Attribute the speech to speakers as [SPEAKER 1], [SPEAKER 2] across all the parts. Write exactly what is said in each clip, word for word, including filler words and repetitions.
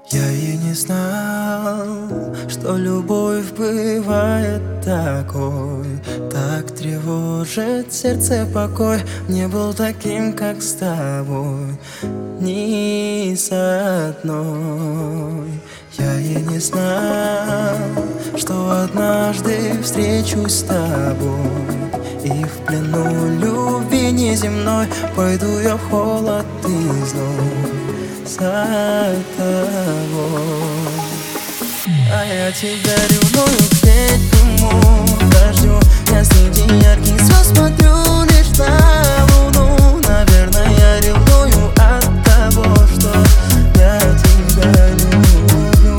[SPEAKER 1] Я и не знал, что любовь бывает такой. Так тревожит сердце покой. Не был таким, как с тобой, ни с одной. Я и не знал, что однажды встречусь с тобой, и в плену любви неземной пойду я в холод и зной за тобой. А я тебя ревную к летнему дождю. Я среди ярких звезд смотрю лишь на луну. Наверное, я ревную от того, что я тебя люблю.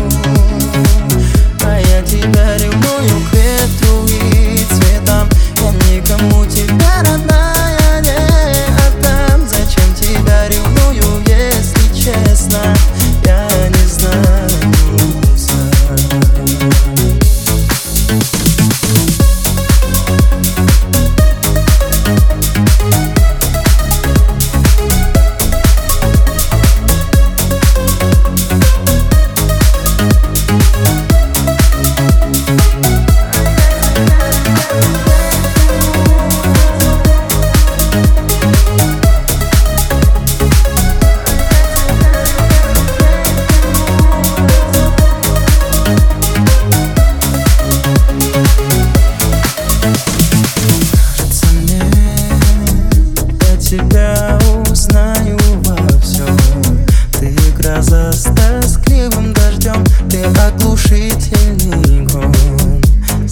[SPEAKER 1] А я тебя ревную к ветру и цветам. Я никому тебя, родная, не отдам. Зачем тебя ревную, если честно, я не знаю сам. Тебя узнаю во всем. Ты гроза с тоскливым дождем. Ты оглушительный гром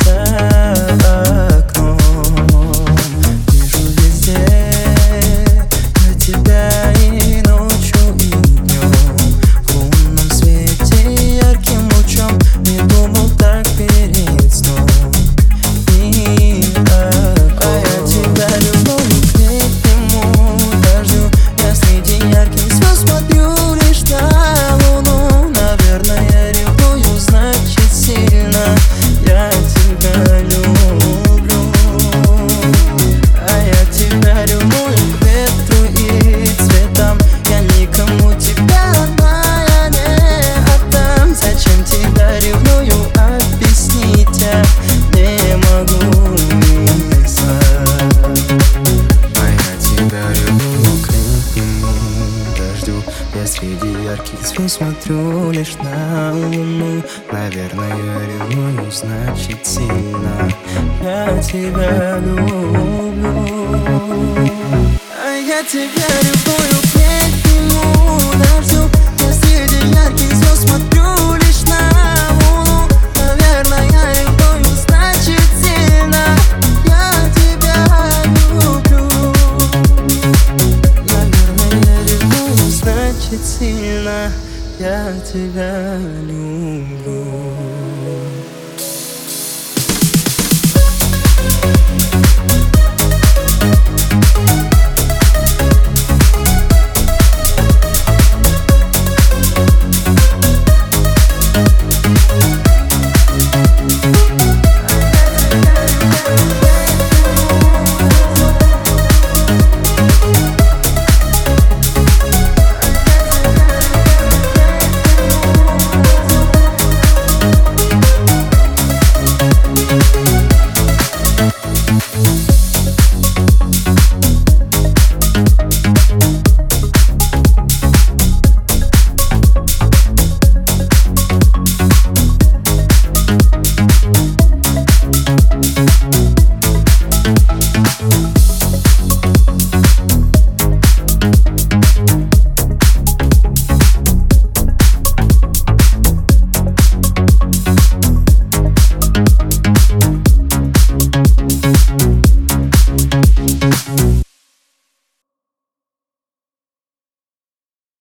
[SPEAKER 1] за окном. Вижу везде я тебя и ночью, и днем. В лунном свете ярким лучом. Не думал так перед сном. И так, а я тебя люблю. Я среди ярких звезд смотрю лишь на луну. Наверное, ревную, значит сильно я тебя люблю. А я тебя ревную к летнему дождю. Я среди ярких звезд смотрю лишь на луну. Наверное, ревную, значит сильно я тебя люблю. Наверное, ревную, значит сильно я тебя люблю.